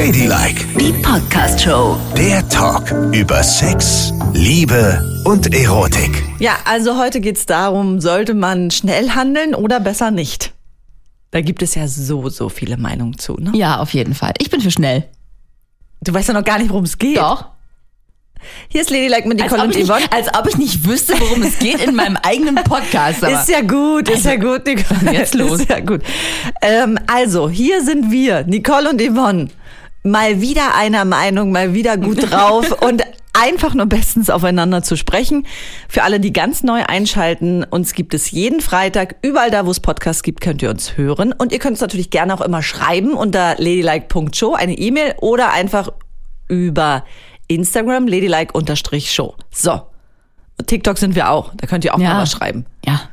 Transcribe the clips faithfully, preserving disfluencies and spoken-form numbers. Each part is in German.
Ladylike, Die Podcast-Show. der Talk über Sex, Liebe und Erotik. Ja, also heute geht's darum, sollte man schnell handeln oder besser nicht? Da gibt es ja so, so viele Meinungen zu, ne? Ja, auf jeden Fall. Ich bin für schnell. Du weißt ja noch gar nicht, worum es geht. Doch. Hier ist Ladylike mit Als Nicole ob, und ich Yvonne. nicht, als ob ich nicht wüsste, worum es geht in meinem eigenen Podcast. Aber Ist ja gut, ist ja gut, Nicole. Jetzt los. Ist ja gut. Ähm, also, hier sind wir, Nicole und Yvonne. Mal wieder einer Meinung, mal wieder gut drauf und einfach nur bestens aufeinander zu sprechen. Für alle, die ganz neu einschalten, uns gibt es jeden Freitag, überall da, wo es Podcasts gibt, könnt ihr uns hören. Und ihr könnt uns natürlich gerne auch immer schreiben unter ladylike punkt show, eine E-Mail oder einfach über Instagram, ladylike-show. So. Und TikTok sind wir auch. Da könnt ihr auch Ja. mal was schreiben. ja.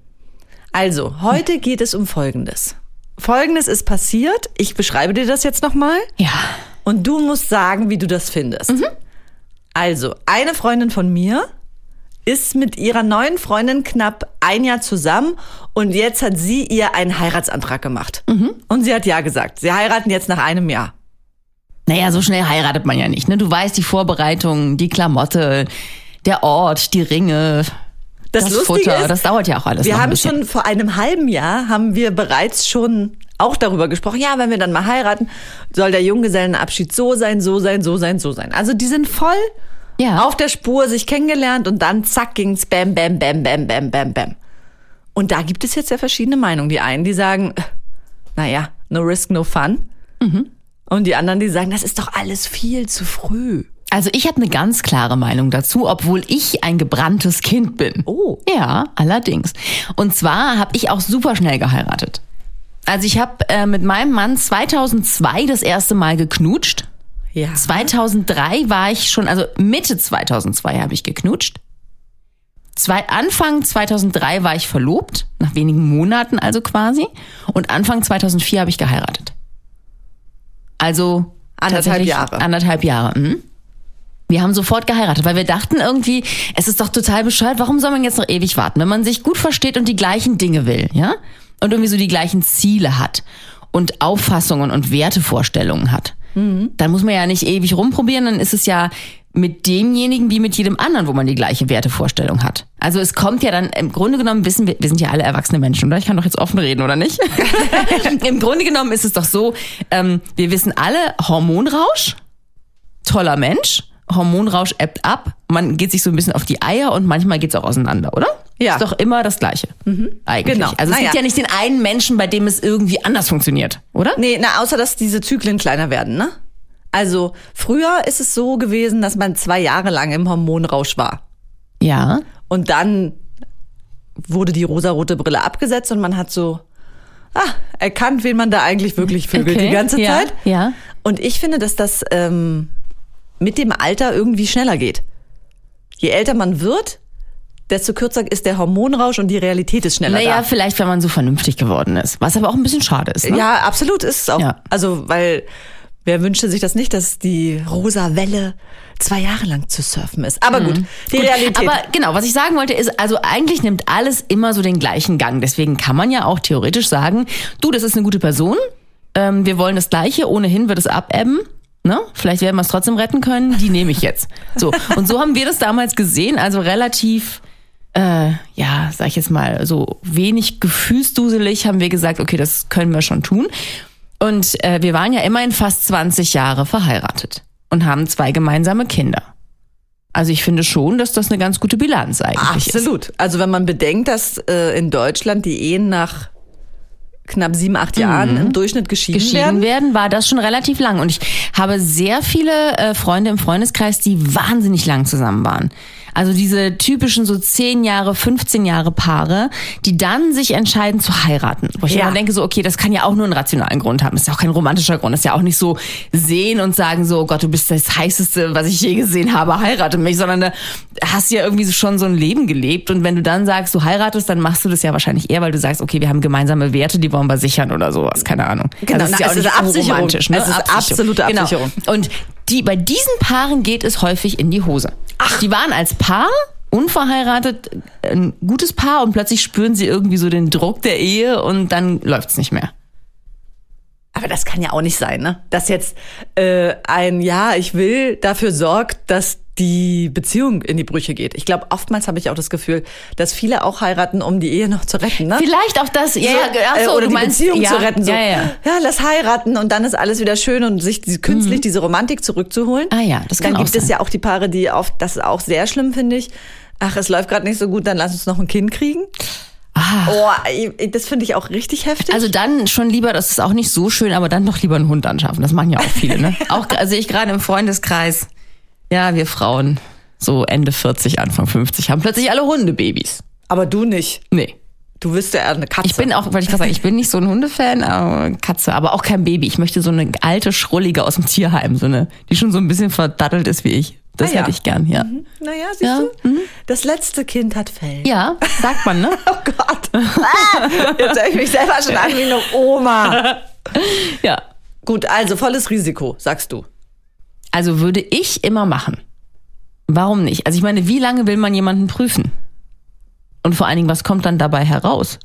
Also, heute geht es um Folgendes. Folgendes ist passiert. Ich beschreibe dir das jetzt nochmal. Ja. Und du musst sagen, wie du das findest. Also, eine Freundin von mir ist mit ihrer neuen Freundin knapp ein Jahr zusammen und jetzt hat sie ihr einen Heiratsantrag gemacht. Und sie hat ja gesagt. Sie heiraten jetzt nach einem Jahr. Naja, so schnell heiratet man ja nicht. Ne? Du weißt, die Vorbereitung, die Klamotte, der Ort, die Ringe, Das das, Lustige Futter, ist, das dauert ja auch alles Wir noch ein haben bisschen. schon vor einem halben Jahr, haben wir bereits schon auch darüber gesprochen, ja, wenn wir dann mal heiraten, soll der Junggesellenabschied so sein, so sein, so sein, so sein. Also die sind voll Ja. auf der Spur, sich kennengelernt und dann zack ging's bam, bam, bam, bam, bam, bam, bam. Und da gibt es jetzt ja verschiedene Meinungen. Die einen, die sagen, äh, naja, no risk, no fun. Mhm. Und die anderen, die sagen, das ist doch alles viel zu früh. Also ich habe eine ganz klare Meinung dazu, obwohl ich ein gebranntes Kind bin. Oh. Ja, allerdings. Und zwar habe ich auch super schnell geheiratet. Also ich habe äh, mit meinem Mann zweitausendzwei das erste Mal geknutscht. Ja. zweitausenddrei war ich schon, also Mitte zweitausendzwei habe ich geknutscht. Zwei, Anfang zweitausenddrei war ich verlobt, nach wenigen Monaten also quasi. Und Anfang zweitausendvier habe ich geheiratet. Also Anderthalb tatsächlich Jahre. Anderthalb Jahre. Mhm. Wir haben sofort geheiratet, weil wir dachten irgendwie, es ist doch total bescheuert, warum soll man jetzt noch ewig warten, wenn man sich gut versteht und die gleichen Dinge will, ja? Und irgendwie so die gleichen Ziele hat und Auffassungen und Wertevorstellungen hat. Mhm. Dann muss man ja nicht ewig rumprobieren, dann ist es ja mit demjenigen wie mit jedem anderen, wo man die gleiche Wertevorstellung hat. Also es kommt ja dann, im Grunde genommen wissen wir, wir sind ja alle erwachsene Menschen, oder? Ich kann doch jetzt offen reden, oder nicht? Im Grunde genommen ist es doch so, ähm, wir wissen alle, Hormonrausch, toller Mensch, Hormonrausch ebbt ab, man geht sich so ein bisschen auf die Eier und manchmal geht's auch auseinander, oder? Ja. Ist doch immer das Gleiche. Mhm. Eigentlich. Genau. Also es Naja. gibt ja nicht den einen Menschen, bei dem es irgendwie anders funktioniert, oder? Nee, na, außer dass diese Zyklen kleiner werden, ne? Also, früher ist es so gewesen, dass man zwei Jahre lang im Hormonrausch war. Ja. Und dann wurde die rosarote Brille abgesetzt und man hat so ah, erkannt, wen man da eigentlich wirklich vögelt Okay. die ganze Ja, Zeit. ja. Und ich finde, dass das ähm, mit dem Alter irgendwie schneller geht. Je älter man wird, desto kürzer ist der Hormonrausch und die Realität ist schneller Naja, da. vielleicht, wenn man so vernünftig geworden ist. Was aber auch ein bisschen schade ist, ne? Ja, absolut ist es auch. Ja. Also, weil wer wünschte sich das nicht, dass die rosa Welle zwei Jahre lang zu surfen ist. Aber gut, die Gut, Realität. Aber genau, was ich sagen wollte ist, also eigentlich nimmt alles immer so den gleichen Gang. Deswegen kann man ja auch theoretisch sagen, du, das ist eine gute Person, ähm, wir wollen das Gleiche, ohnehin wird es abebben. Ne? Vielleicht werden wir es trotzdem retten können, die nehme ich jetzt. So. Und so haben wir das damals gesehen, also relativ, äh, ja, sag ich jetzt mal, so wenig gefühlsduselig haben wir gesagt, okay, das können wir schon tun. Und äh, wir waren ja immerhin fast zwanzig Jahre verheiratet und haben zwei gemeinsame Kinder. Also ich finde schon, dass das eine ganz gute Bilanz eigentlich ist. Absolut. Also wenn man bedenkt, dass äh, in Deutschland die Ehen nach knapp sieben, acht Jahren im Durchschnitt geschieden, geschieden werden. werden, war das schon relativ lang. Und ich habe sehr viele äh, Freunde im Freundeskreis, die wahnsinnig lang zusammen waren. Also diese typischen so zehn Jahre, fünfzehn Jahre Paare, die dann sich entscheiden zu heiraten. Wo ich Ja. immer denke so, okay, das kann ja auch nur einen rationalen Grund haben. Das ist ja auch kein romantischer Grund. Das ist ja auch nicht so sehen und sagen so, oh Gott, du bist das Heißeste, was ich je gesehen habe, heirate mich. Sondern da hast du ja irgendwie schon so ein Leben gelebt. Und wenn du dann sagst, du heiratest, dann machst du das ja wahrscheinlich eher, weil du sagst, okay, wir haben gemeinsame Werte, die wollen wir sichern oder sowas. Keine Ahnung. Genau, Also na, ja es auch ist nicht Absicherung. unromantisch, ne? Es ist absolute Absicherung. Genau. Und die, bei diesen Paaren geht es häufig in die Hose. Ach. Die waren als Paar unverheiratet, ein gutes Paar und plötzlich spüren sie irgendwie so den Druck der Ehe und dann läuft's nicht mehr. Aber das kann ja auch nicht sein, ne? Dass jetzt äh, ein Ja, ich will dafür sorgt, dass die Beziehung in die Brüche geht. Ich glaube, oftmals habe ich auch das Gefühl, dass viele auch heiraten, um die Ehe noch zu retten, ne? Vielleicht auch das, ja, So, ja, ach so, äh, oder du die meinst, Beziehung ja, zu retten. So, ja, ja. ja, lass heiraten und dann ist alles wieder schön und sich die, künstlich diese Romantik zurückzuholen. Ah ja, das kann Dann auch gibt es sein. ja auch die Paare, die oft, das ist auch sehr schlimm, finde ich. Ach, es läuft gerade nicht so gut, dann lass uns noch ein Kind kriegen. Ah. Oh, ich- das finde ich auch richtig heftig. Also dann schon lieber, das ist auch nicht so schön, aber dann doch lieber einen Hund anschaffen. Das machen ja auch viele, ne? Auch also ich gerade im Freundeskreis. Ja, wir Frauen, so Ende vierzig, Anfang fünfzig, haben plötzlich alle Hundebabys. Aber du nicht. Nee. Du bist ja eher eine Katze. Ich bin auch, wollte ich gerade sagen, ich bin nicht so ein Hundefan, aber Katze, aber auch kein Baby. Ich möchte so eine alte, schrullige aus dem Tierheim, so eine, die schon so ein bisschen verdattelt ist wie ich. Das Ah, ja. hätte ich gern, ja. Mhm. Naja, siehst Ja, du? Das letzte Kind hat Fell. Ja, sagt man, ne? Oh Gott. Ah, jetzt höre ich mich selber schon an wie eine Oma. Ja. Gut, also volles Risiko, sagst du. Also würde ich immer machen. Warum nicht? Also ich meine, wie lange will man jemanden prüfen? Und vor allen Dingen, was kommt dann dabei heraus?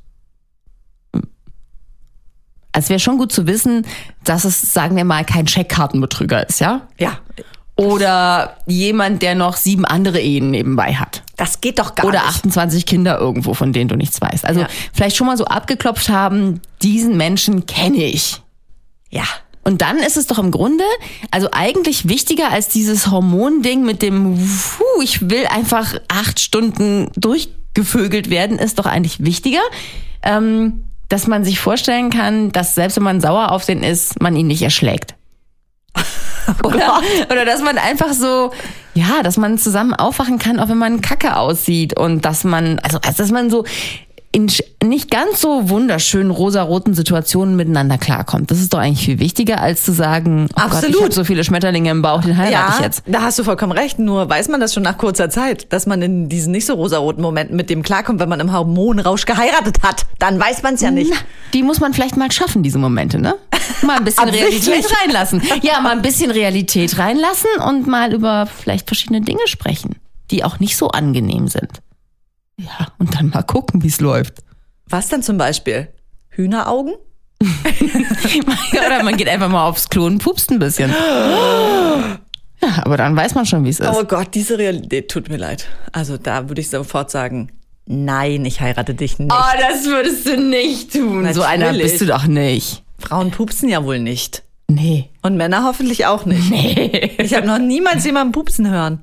Es wäre schon gut zu wissen, dass es, sagen wir mal, kein Scheckkartenbetrüger ist, ja? Ja, Oder jemand, der noch sieben andere Ehen nebenbei hat. das geht doch gar Oder nicht. achtundzwanzig Kinder irgendwo, von denen du nichts weißt. Also Ja. vielleicht schon mal so abgeklopft haben, diesen Menschen kenne ich. Ja. Und dann ist es doch im Grunde, also eigentlich wichtiger als dieses Hormonding mit dem, puh, ich will einfach acht Stunden durchgevögelt werden, ist doch eigentlich wichtiger, ähm, dass man sich vorstellen kann, dass selbst wenn man sauer auf den ist, man ihn nicht erschlägt. Oder, oder dass man einfach so, ja, dass man zusammen aufwachen kann, auch wenn man kacke aussieht und dass man, also dass man so in sch- nicht ganz so wunderschönen rosaroten Situationen miteinander klarkommt. Das ist doch eigentlich viel wichtiger, als zu sagen, oh Gott, ich Absolut. habe so viele Schmetterlinge im Bauch, den heirate Ja, ich jetzt. da hast du vollkommen recht. Nur weiß man das schon nach kurzer Zeit, dass man in diesen nicht so rosaroten Momenten mit dem klarkommt, wenn man im Hormonrausch geheiratet hat. Dann weiß man es ja nicht. Na, die muss man vielleicht mal schaffen, diese Momente, ne? Mal ein bisschen Absichtlich. Realität reinlassen. Ja, mal ein bisschen Realität reinlassen und mal über vielleicht verschiedene Dinge sprechen, die auch nicht so angenehm sind. Ja, und dann mal gucken, wie es läuft. Was denn zum Beispiel? Hühneraugen? Oder man geht einfach mal aufs Klo und pupst ein bisschen. Ja, aber dann weiß man schon, wie es ist. Oh Gott, diese Realität tut mir leid. Also da würde ich sofort sagen, nein, ich heirate dich nicht. Oh, das würdest du nicht tun. So einer Natürlich. bist du doch nicht. Frauen pupsen ja wohl nicht. Nee. Und Männer hoffentlich auch nicht. Nee. Ich habe noch niemals jemanden pupsen hören.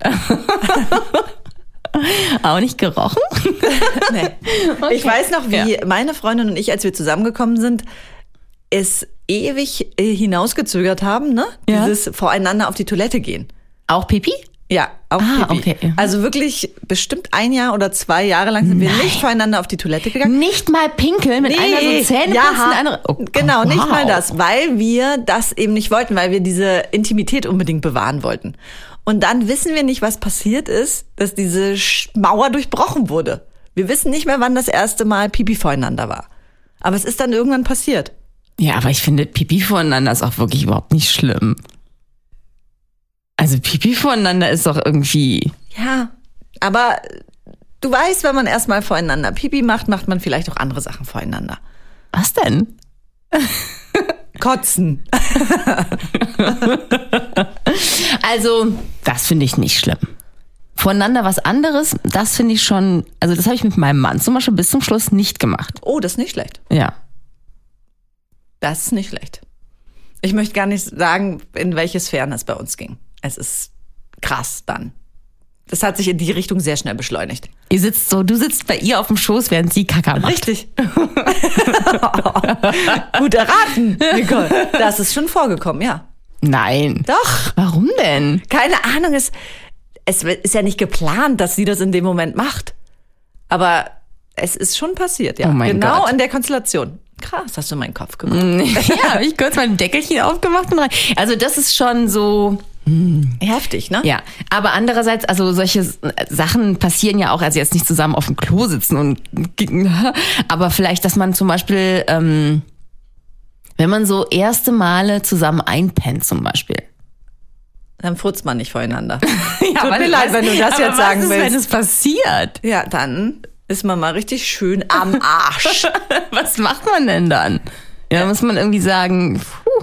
Auch nicht gerochen? Nee. Okay. Ich weiß noch, wie Ja. meine Freundin und ich, als wir zusammengekommen sind, es ewig äh, hinausgezögert haben, ne? Ja. Dieses voreinander auf die Toilette gehen. Auch Pipi? Ja, auch Ah, Pipi. okay. Also wirklich bestimmt ein Jahr oder zwei Jahre lang sind wir Nein. nicht voreinander auf die Toilette gegangen. Nicht mal pinkeln mit einer so Zähne ja, putzen, andere. Oh, genau, oh, nicht wow. mal das, weil wir das eben nicht wollten, weil wir diese Intimität unbedingt bewahren wollten. Und dann wissen wir nicht, was passiert ist, dass diese Sch- Mauer durchbrochen wurde. Wir wissen nicht mehr, wann das erste Mal Pipi voreinander war. Aber es ist dann irgendwann passiert. Ja, aber ich finde, Pipi voreinander ist auch wirklich überhaupt nicht schlimm. Also Pipi voreinander ist doch irgendwie. Ja, aber du weißt, wenn man erstmal voreinander Pipi macht, macht man vielleicht auch andere Sachen voreinander. Was denn? Kotzen. Also, das finde ich nicht schlimm. Voneinander was anderes, das finde ich schon, also das habe ich mit meinem Mann zum Beispiel bis zum Schluss nicht gemacht. Oh, das ist nicht schlecht. Ja. Das ist nicht schlecht. Ich möchte gar nicht sagen, in welche Sphären es bei uns ging. Es ist krass dann. Das hat sich in die Richtung sehr schnell beschleunigt. Ihr sitzt so, du sitzt bei ihr auf dem Schoß, während sie Kaka macht. Richtig. Gut erraten, Nicole. Das ist schon vorgekommen, ja. Nein. Doch. Warum denn? Keine Ahnung, es, es ist ja nicht geplant, dass sie das in dem Moment macht. Aber es ist schon passiert, ja. Oh mein genau Gott. in der Konstellation. Krass, hast du meinen Kopf gemacht. Ja, hab ich kurz mal ein Deckelchen aufgemacht und rein. Also das ist schon so, Heftig, ne? ja. Aber andererseits, also solche Sachen passieren ja auch, also jetzt nicht zusammen auf dem Klo sitzen und, aber vielleicht, dass man zum Beispiel, ähm, wenn man so erste Male zusammen einpennt zum Beispiel. Dann furzt man nicht voreinander. Ja, Tut mir leid, wenn du das aber jetzt sagen was ist, willst. wenn es passiert? Ja, dann ist man mal richtig schön am Arsch. Was macht man denn dann? Ja, muss man irgendwie sagen, puh,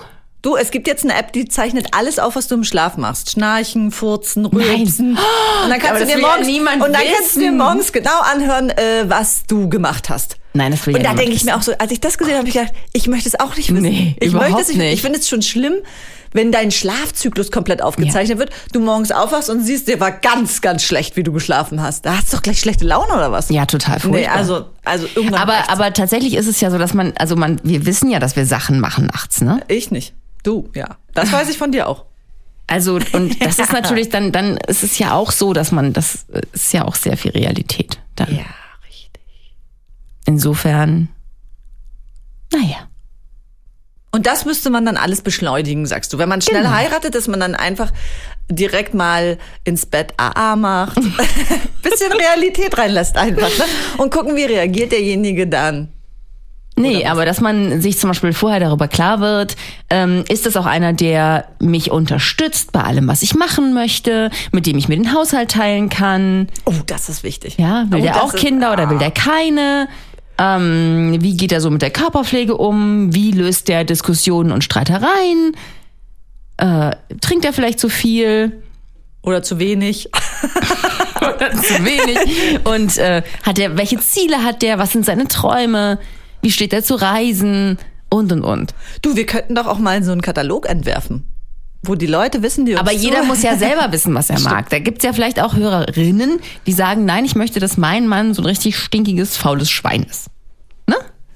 Du, es gibt jetzt eine App, die zeichnet alles auf, was du im Schlaf machst. Schnarchen, Furzen, Rülpsen. Nein. Und dann kannst Aber du das dir will ja morgens, niemand und dann kannst du dir wissen. morgens genau anhören, äh, was du gemacht hast. Nein, das will Und ja da niemand denke ich mir auch so, als ich das gesehen habe, habe ich gedacht, ich möchte es auch nicht wissen. Nee, ich überhaupt möchte es nicht. nicht. Ich finde es schon schlimm, wenn dein Schlafzyklus komplett aufgezeichnet wird, du morgens aufwachst und siehst, dir war ganz, ganz schlecht, wie du geschlafen hast. Da hast du doch gleich schlechte Laune oder was? Ja, total furchtbar. Nee, also, also irgendwann aber, reicht's. aber tatsächlich ist es ja so, dass man, also man, wir wissen ja, dass wir Sachen machen nachts, ne? Ich nicht. Du, ja. Das weiß ich von dir auch. Also, und das ist natürlich dann, dann ist es ja auch so, dass man, das ist ja auch sehr viel Realität dann. Ja, richtig. Insofern, naja. Und das müsste man dann alles beschleunigen, sagst du. Wenn man schnell Genau. heiratet, dass man dann einfach direkt mal ins Bett A A macht, bisschen Realität reinlässt einfach, ne? Und gucken, wie reagiert derjenige dann. Nee, aber dass man sich zum Beispiel vorher darüber klar wird, ähm, ist das auch einer, der mich unterstützt bei allem, was ich machen möchte, mit dem ich mir den Haushalt teilen kann. Oh, das ist wichtig. Ja, will Oh, der das auch ist- Kinder oder will der keine? Ähm, wie geht er so mit der Körperpflege um? Wie löst der Diskussionen und Streitereien? Äh, trinkt er vielleicht zu viel? Oder zu wenig. Oder zu wenig? Und äh, hat er, welche Ziele hat der? Was sind seine Träume? Wie steht er zu Reisen? Und, und, und. Du, wir könnten doch auch mal so einen Katalog entwerfen, wo die Leute wissen, die uns Aber jeder zuhören. muss ja selber wissen, was er mag. Da gibt's ja vielleicht auch Hörerinnen, die sagen, nein, ich möchte, dass mein Mann so ein richtig stinkiges, faules Schwein ist. Ne?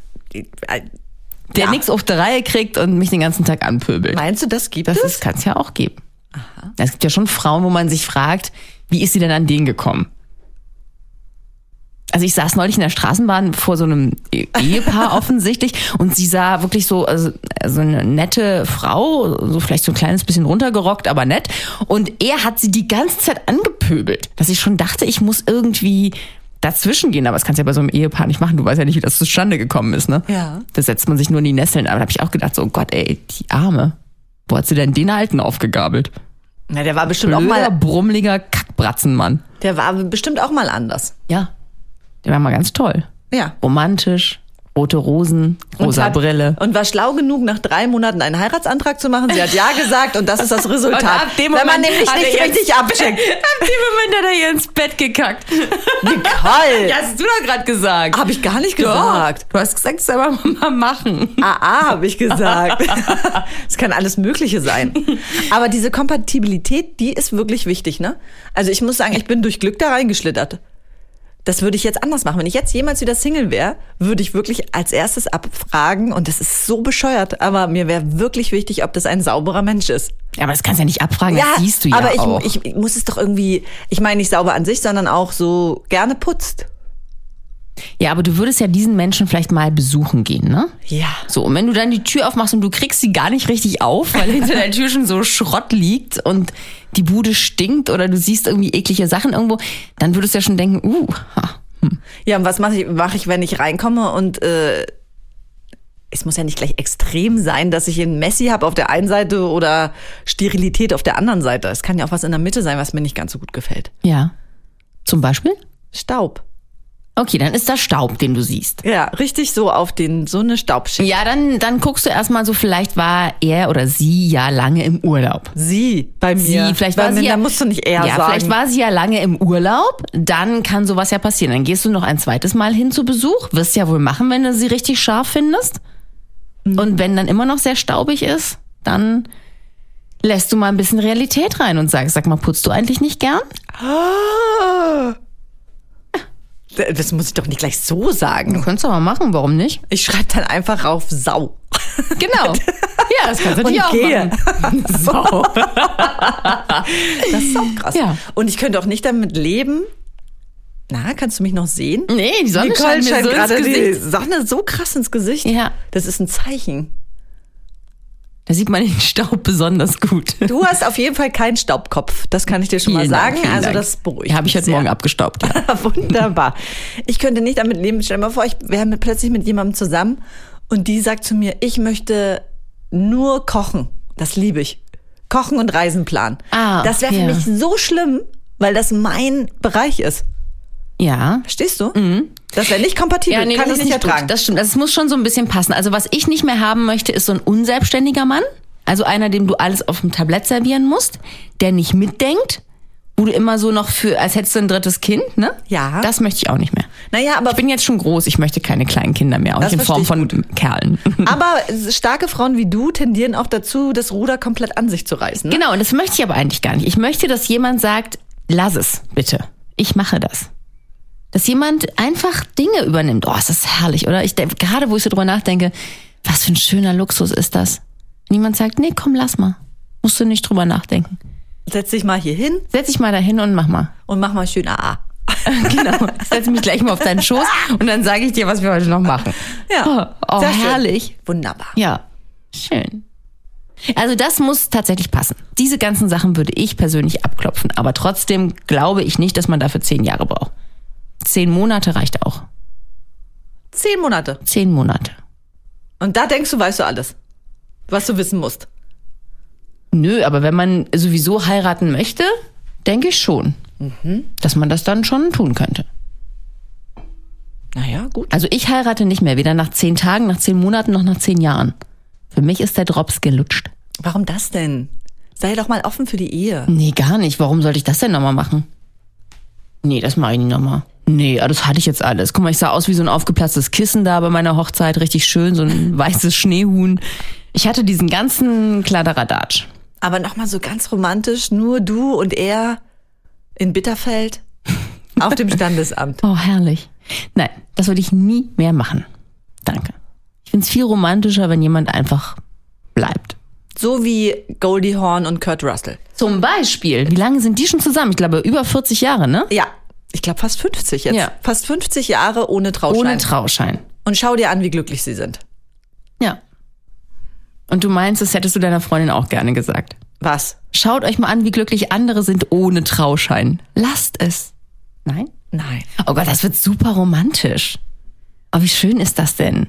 Der Ja. nichts auf der Reihe kriegt und mich den ganzen Tag anpöbelt. Meinst du, das gibt Das es? kann es ja auch geben. Es gibt ja schon Frauen, wo man sich fragt, wie ist sie denn an den gekommen? Also ich saß neulich in der Straßenbahn vor so einem E- Ehepaar offensichtlich und sie sah wirklich so also, also eine nette Frau, so vielleicht so ein kleines bisschen runtergerockt, aber nett. Und er hat sie die ganze Zeit angepöbelt, dass ich schon dachte, ich muss irgendwie dazwischen gehen. Aber das kannst du ja bei so einem Ehepaar nicht machen. Du weißt ja nicht, wie das zustande gekommen ist, ne? Ja. Da setzt man sich nur in die Nesseln. Aber da habe ich auch gedacht, so oh Gott, ey, die Arme. Wo hat sie denn den Alten aufgegabelt? Na, der war bestimmt Blöder, auch mal, brummeliger Kackbratzenmann. der war bestimmt auch mal anders. Ja. Der war mal ganz toll. Ja. Romantisch, rote Rosen, rosa und hat, Brille. Und war schlau genug, nach drei Monaten einen Heiratsantrag zu machen. Sie hat ja gesagt und das ist das Resultat. Und ab dem Wenn man Moment nämlich hat nicht er jetzt- richtig abcheckt. Ab dem Moment hat er ihr ins Bett gekackt. Nicole, Ja, hast du doch gerade gesagt. habe ich gar nicht gesagt. Du hast gesagt, das soll man mal machen. A A habe ich gesagt. Es kann alles Mögliche sein. Aber diese Kompatibilität, die ist wirklich wichtig, ne? Also ich muss sagen, ich bin durch Glück da reingeschlittert. Das würde ich jetzt anders machen. Wenn ich jetzt jemals wieder Single wäre, würde ich wirklich als erstes abfragen, und das ist so bescheuert, aber mir wäre wirklich wichtig, ob das ein sauberer Mensch ist. Ja, aber das kannst du ja nicht abfragen, das siehst du ja aber ich, auch. ich, ich muss es doch irgendwie, ich meine nicht sauber an sich, sondern auch so gerne putzt. Ja, aber du würdest ja diesen Menschen vielleicht mal besuchen gehen, ne? Ja. So, und wenn du dann die Tür aufmachst und du kriegst sie gar nicht richtig auf, weil hinter der Tür schon so Schrott liegt und die Bude stinkt oder du siehst irgendwie eklige Sachen irgendwo, dann würdest du ja schon denken, uh, ha, hm. Ja, und was mache ich, mach ich, wenn ich reinkomme und äh, es muss ja nicht gleich extrem sein, dass ich einen Messi habe auf der einen Seite oder Sterilität auf der anderen Seite. Es kann ja auch was in der Mitte sein, was mir nicht ganz so gut gefällt. Ja. Zum Beispiel? Staub. Okay, dann ist das Staub, den du siehst. Ja, richtig so auf den, so eine Staubschicht. Ja, dann, dann guckst du erstmal so, vielleicht war er oder sie ja lange im Urlaub. Sie bei mir. Sie, vielleicht bei war mir, sie ja, da musst du nicht eher ja, sagen. vielleicht war sie ja lange im Urlaub, dann kann sowas ja passieren. Dann gehst du noch ein zweites Mal hin zu Besuch, wirst ja wohl machen, wenn du sie richtig scharf findest. Mhm. Und wenn dann immer noch sehr staubig ist, dann lässt du mal ein bisschen Realität rein und sagst, sag mal, putzt du eigentlich nicht gern? Ah. Das muss ich doch nicht gleich so sagen. Du könntest aber machen, warum nicht? Ich schreibe dann einfach auf Sau. Genau. Ja, das kannst du Und natürlich auch gehe. machen. So. Das ist auch krass. Ja. Und ich könnte auch nicht damit leben. Na, kannst du mich noch sehen? Nee, die Sonne Nicole scheint mir scheint so ins gerade die Gesicht. Sonne so krass ins Gesicht. Ja. Das ist ein Zeichen. Da sieht man den Staub besonders gut. Du hast auf jeden Fall keinen Staubkopf. Das kann ich dir schon mal Vielen Dank, sagen. vielen Also Dank. das beruhigt Ja, habe ich mich heute sehr. Morgen abgestaubt. Ja. Wunderbar. Ich könnte nicht damit leben. Stell dir mal vor, ich wäre mit, plötzlich mit jemandem zusammen und die sagt zu mir, ich möchte nur kochen. Das liebe ich. Kochen und Reisen planen. Ah, das wäre für ja. mich so schlimm, weil das mein Bereich ist. Ja. Verstehst du? Das wäre nicht kompatibel. Ja, nee, kann das ich ist nicht nicht ertragen. gut. Das stimmt. Also es muss schon so ein bisschen passen. Also was ich nicht mehr haben möchte, ist so ein unselbstständiger Mann. Also einer, dem du alles auf dem Tablett servieren musst, der nicht mitdenkt, wo du immer so noch für, als hättest du ein drittes Kind, ne? Ja. Das möchte ich auch nicht mehr. Naja, aber Ich bin jetzt schon groß, ich möchte keine kleinen Kinder mehr, auch Das nicht in Form verstehe von Kerlen. Aber starke Frauen wie du tendieren auch dazu, das Ruder komplett an sich zu reißen. Ne? Genau, und das möchte ich aber eigentlich gar nicht. Ich möchte, dass jemand sagt, lass es, bitte. Ich mache das. Dass jemand einfach Dinge übernimmt. Oh, ist das herrlich, oder? Ich denke, gerade wo ich so drüber nachdenke, was für ein schöner Luxus ist das? Niemand sagt, nee, komm, lass mal. Musst du nicht drüber nachdenken. Setz dich mal hier hin Setz dich mal dahin und mach mal. und mach mal schön A A. Genau. Ich setze mich gleich mal auf deinen Schoß und dann sage ich dir, was wir heute noch machen. Ja, Oh, sehr schön. herrlich. Wunderbar. Ja, schön. Also das muss tatsächlich passen. Diese ganzen Sachen würde ich persönlich abklopfen. Aber trotzdem glaube ich nicht, dass man dafür zehn Jahre braucht. Zehn Monate reicht auch. Zehn Monate. Zehn Monate. Und da denkst du, weißt du alles, was du wissen musst. Nö, aber wenn man sowieso heiraten möchte, denke ich schon, mhm. dass man das dann schon tun könnte. Naja, gut. Also ich heirate nicht mehr, weder nach zehn Tagen, nach zehn Monaten, noch nach zehn Jahren. Für mich ist der Drops gelutscht. Warum das denn? Sei doch mal offen für die Ehe. Nee, gar nicht. Warum sollte ich das denn nochmal machen? Nee, das mache ich nicht nochmal. Nee, das hatte ich jetzt alles. Guck mal, ich sah aus wie so ein aufgeplatztes Kissen da bei meiner Hochzeit. Richtig schön, so ein weißes Schneehuhn. Ich hatte diesen ganzen Kladderadatsch. Aber nochmal so ganz romantisch, nur du und er in Bitterfeld auf dem Standesamt. Oh, herrlich. Nein, das würde ich nie mehr machen. Danke. Ich finde es viel romantischer, wenn jemand einfach bleibt. So wie Goldie Hawn und Kurt Russell. Zum Beispiel. Wie lange sind die schon zusammen? Ich glaube, über vierzig Jahre, ne? Ja, ich glaube fast fünfzig jetzt. Ja. Fast fünfzig Jahre ohne Trauschein. Ohne Trauschein. Und schau dir an, wie glücklich sie sind. Ja. Und du meinst, das hättest du deiner Freundin auch gerne gesagt. Was? Schaut euch mal an, wie glücklich andere sind ohne Trauschein. Lasst es. Nein? Nein. Oh Gott, das wird super romantisch. Aber wie schön ist das denn?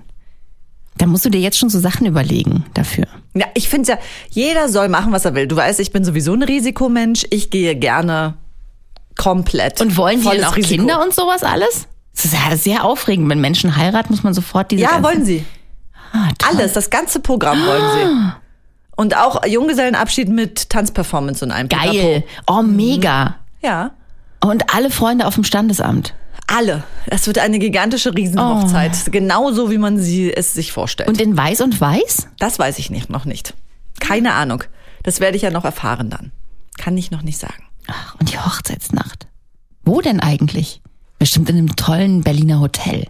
Da musst du dir jetzt schon so Sachen überlegen dafür. Ja, ich finde ja, jeder soll machen, was er will. Du weißt, ich bin sowieso ein Risikomensch. Ich gehe gerne komplett. Und wollen die volles denn auch Risiko. Kinder und sowas alles? Das ist ja sehr aufregend. Wenn Menschen heiraten, muss man sofort diese Ja, ganzen- wollen sie. Ah, toll. Alles, das ganze Programm wollen sie. Und auch Junggesellenabschied mit Tanzperformance und einem Geil. Oh, mega. Ja, Und alle Freunde auf dem Standesamt. alle. Es wird eine gigantische Riesenhochzeit. Genauso, wie man sie es sich vorstellt. Und in Weiß und Weiß? das weiß ich nicht, noch nicht. Keine Ahnung. Das werde ich ja noch erfahren dann. Kann ich noch nicht sagen. Ach, und die Hochzeitsnacht. Wo denn eigentlich? Bestimmt in einem tollen Berliner Hotel.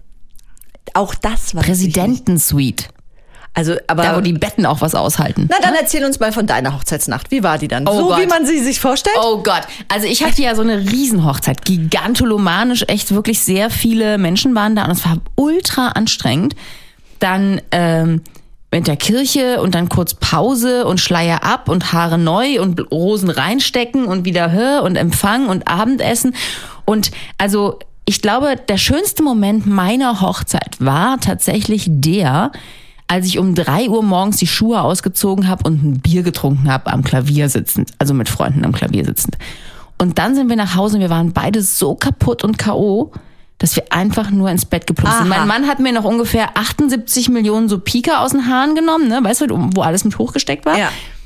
Auch das weiß ich nicht. Präsidentensuite. Also, aber Da, wo die Betten auch was aushalten. na, dann erzähl uns mal von deiner Hochzeitsnacht. Wie war die dann? Oh so, Gott. wie man sie sich vorstellt? Oh Gott. Also ich hatte ja so eine Riesenhochzeit. Gigantolomanisch. Echt wirklich sehr viele Menschen waren da. Und es war ultra anstrengend. Dann ähm, mit der Kirche und dann kurz Pause und Schleier ab und Haare neu und Rosen reinstecken und wieder Hör und Empfang und Abendessen. Und also ich glaube, der schönste Moment meiner Hochzeit war tatsächlich der, als ich um drei Uhr morgens die Schuhe ausgezogen habe und ein Bier getrunken habe am Klavier sitzend, also mit Freunden am Klavier sitzend. Und dann sind wir nach Hause und wir waren beide so kaputt und K O, dass wir einfach nur ins Bett geplumpst sind. Aha. Mein Mann hat mir noch ungefähr achtundsiebzig Millionen so Pika aus den Haaren genommen, ne? Weißt du, wo alles mit hochgesteckt war? Ja.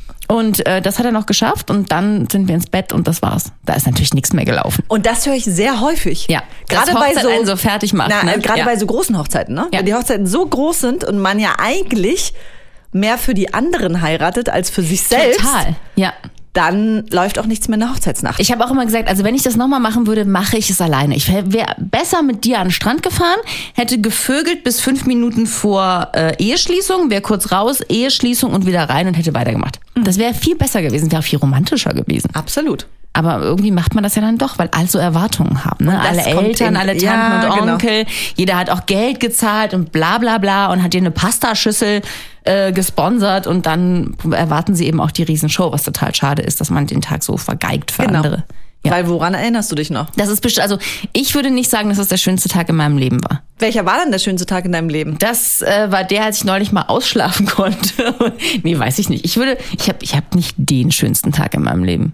Und äh, das hat er noch geschafft und dann sind wir ins Bett und das war's. Da ist natürlich nichts mehr gelaufen. Und das höre ich sehr häufig. Ja, gerade dass bei Hochzeit so, einen so fertig macht, Na, ne? Gerade Ja. bei so großen Hochzeiten, ne? Ja. Wenn die Hochzeiten so groß sind und man ja eigentlich mehr für die anderen heiratet als für sich selbst, Total, ja. dann läuft auch nichts mehr in der Hochzeitsnacht. Ich habe auch immer gesagt, also wenn ich das nochmal machen würde, mache ich es alleine. Ich wäre besser mit dir an den Strand gefahren, hätte gevögelt bis fünf Minuten vor äh, Eheschließung, wäre kurz raus, Eheschließung und wieder rein und hätte weitergemacht. Das wäre viel besser gewesen, wäre viel romantischer gewesen. Absolut. Aber irgendwie macht man das ja dann doch, weil alle so Erwartungen haben. Ne? Und das Alle kommt Eltern, in- alle Tanten ja, und genau. Onkel. Jeder hat auch Geld gezahlt und bla bla bla und hat dir eine Pastaschüssel äh, gesponsert. Und dann erwarten sie eben auch die Riesenshow, was total schade ist, dass man den Tag so vergeigt für Genau. andere. Ja. Weil woran erinnerst du dich noch? Das ist best- also ich würde nicht sagen, dass das der schönste Tag in meinem Leben war. Welcher war denn der schönste Tag in deinem Leben? Das äh, war der, als ich neulich mal ausschlafen konnte. Nee, weiß ich nicht. Ich würde, ich habe ich hab nicht den schönsten Tag in meinem Leben.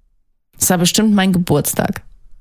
Das war bestimmt mein Geburtstag.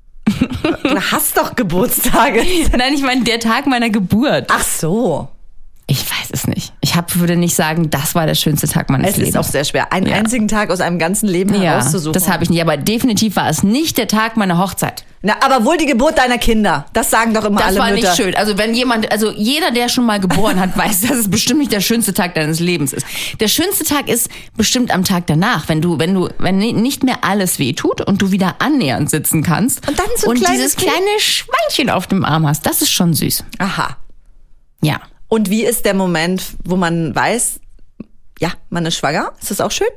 Du hast doch Geburtstage. Nein, ich meine der Tag meiner Geburt. Ach so. Ich weiß es nicht. Ich ich hab, würde nicht sagen, das war der schönste Tag meines Es Lebens. ist auch sehr schwer, einen Ja. einzigen Tag aus einem ganzen Leben ja, herauszusuchen. das habe ich nicht. Aber definitiv war es nicht der Tag meiner Hochzeit. Na, aber wohl die Geburt deiner Kinder. Das sagen doch immer Das alle war Mütter. nicht schön. Also wenn jemand, also jeder, der schon mal geboren hat, weiß, dass es bestimmt nicht der schönste Tag deines Lebens ist. Der schönste Tag ist bestimmt am Tag danach, wenn du, wenn du, wenn nicht mehr alles wehtut und du wieder annähernd sitzen kannst Und dann so ein und kleines dieses Kind. kleine Schweinchen auf dem Arm hast. Das ist schon süß. Aha. Ja. Und wie ist der Moment, wo man weiß, ja, man ist schwanger? Ist das auch schön?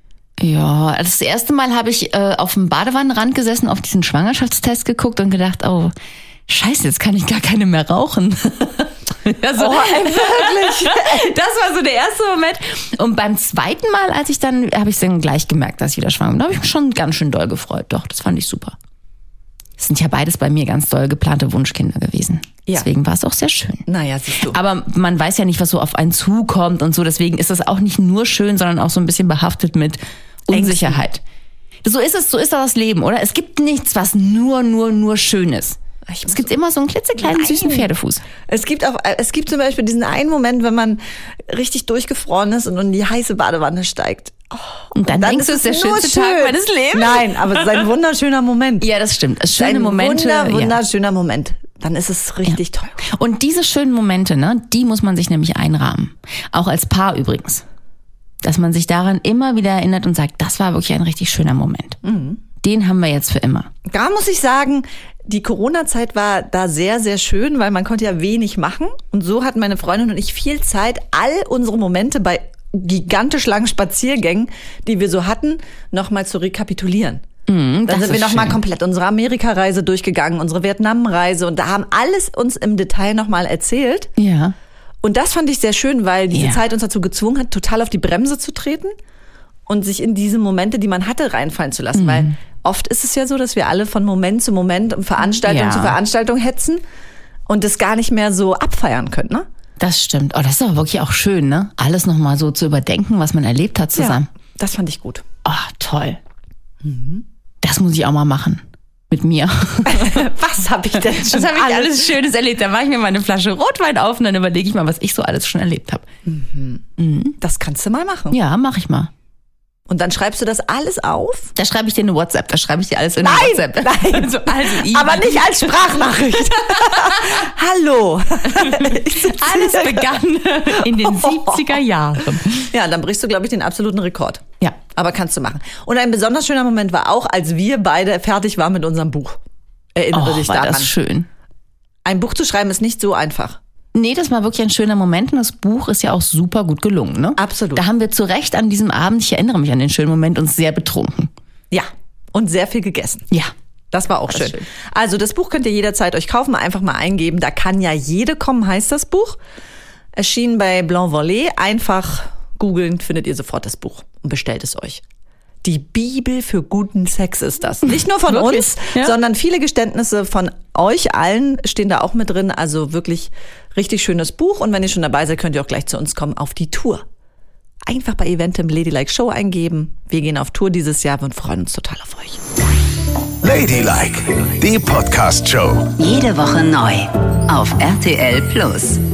Ja, das erste Mal habe ich äh, auf dem Badewannenrand gesessen, auf diesen Schwangerschaftstest geguckt und gedacht, oh, scheiße, jetzt kann ich gar keine mehr rauchen. Also, Oh, ey, wirklich? das war so der erste Moment. Und beim zweiten Mal, als ich dann, habe ich dann gleich gemerkt, dass ich wieder schwanger bin. Da habe ich mich schon ganz schön doll gefreut. Doch, das fand ich super. Es sind ja beides bei mir ganz doll geplante Wunschkinder gewesen. Ja. Deswegen war es auch sehr schön. Naja, siehst du. Aber man weiß ja nicht, was so auf einen zukommt und so. Deswegen ist das auch nicht nur schön, sondern auch so ein bisschen behaftet mit Unsicherheit. So ist es, so ist das Leben, oder? Es gibt nichts, was nur, nur, nur schön ist. Ich Es gibt immer so einen klitzekleinen Nein. süßen Pferdefuß. Es gibt auch, es gibt zum Beispiel diesen einen Moment, wenn man richtig durchgefroren ist und in die heiße Badewanne steigt. Oh, Und dann, denkst du, es ist der nur schönste Tag schön. meines Lebens. Nein, aber es ist ein wunderschöner Moment. Ja, das stimmt. Es schöne ein Momente. Wunder, ja. wunderschöner Moment. Dann ist es richtig toll. Und diese schönen Momente, ne, die muss man sich nämlich einrahmen. Auch als Paar übrigens. Dass man sich daran immer wieder erinnert und sagt, das war wirklich ein richtig schöner Moment. Mhm. Den haben wir jetzt für immer. Da muss ich sagen, die Corona-Zeit war da sehr, sehr schön, weil man konnte ja wenig machen. Und so hatten meine Freundin und ich viel Zeit, all unsere Momente bei gigantisch langen Spaziergängen, die wir so hatten, nochmal zu rekapitulieren. Mm, Dann sind wir nochmal komplett unsere Amerika-Reise durchgegangen, unsere Vietnam-Reise und da haben alles uns im Detail nochmal erzählt. Ja. Und das fand ich sehr schön, weil diese Ja. Zeit uns dazu gezwungen hat, total auf die Bremse zu treten und sich in diese Momente, die man hatte, reinfallen zu lassen. Mhm. Weil oft ist es ja so, dass wir alle von Moment zu Moment und Veranstaltung Ja. zu Veranstaltung hetzen und das gar nicht mehr so abfeiern können, ne? Das stimmt. Oh, das ist aber wirklich auch schön, ne? Alles nochmal so zu überdenken, was man erlebt hat zusammen. Ja, das fand ich gut. Oh, toll. Das muss ich auch mal machen. Mit mir. Was habe ich denn schon Das habe ich alles Schönes erlebt. Da mache ich mir mal eine Flasche Rotwein auf und dann überlege ich mal, was ich so alles schon erlebt habe. Das kannst du mal machen. Ja, mache ich mal. Und dann schreibst du das alles auf? Da schreibe ich dir eine WhatsApp. Da schreibe ich dir alles in eine Nein, WhatsApp. nein. Also, also E-Mail. Aber nicht als Sprachnachricht. Hallo. Ich sitze Alles hier. begann in den siebziger Jahren. Ja, dann brichst du, glaube ich, den absoluten Rekord. Ja. Aber kannst du machen. Und ein besonders schöner Moment war auch, als wir beide fertig waren mit unserem Buch. Erinnere Oh, dich war daran. das schön. Ein Buch zu schreiben ist nicht so einfach. Nee, das war wirklich ein schöner Moment und das Buch ist ja auch super gut gelungen, ne? Absolut. Da haben wir zu Recht an diesem Abend, ich erinnere mich an den schönen Moment, uns sehr betrunken. Ja. Und sehr viel gegessen. Ja. Das war auch Das schön. ist schön. Also das Buch könnt ihr jederzeit euch kaufen, einfach mal eingeben. Da kann ja jede kommen, heißt das Buch. Erschienen bei Blanc Volet. Einfach googeln, findet ihr sofort das Buch und bestellt es euch. Die Bibel für guten Sex ist das. Nicht nur von Wirklich? uns, Ja. sondern viele Geständnisse von euch allen stehen da auch mit drin. Also wirklich richtig schönes Buch. Und wenn ihr schon dabei seid, könnt ihr auch gleich zu uns kommen auf die Tour. Einfach bei Eventim Ladylike Show eingeben. Wir gehen auf Tour dieses Jahr und freuen uns total auf euch. Ladylike, die Podcast-Show. Jede Woche neu auf R T L Plus.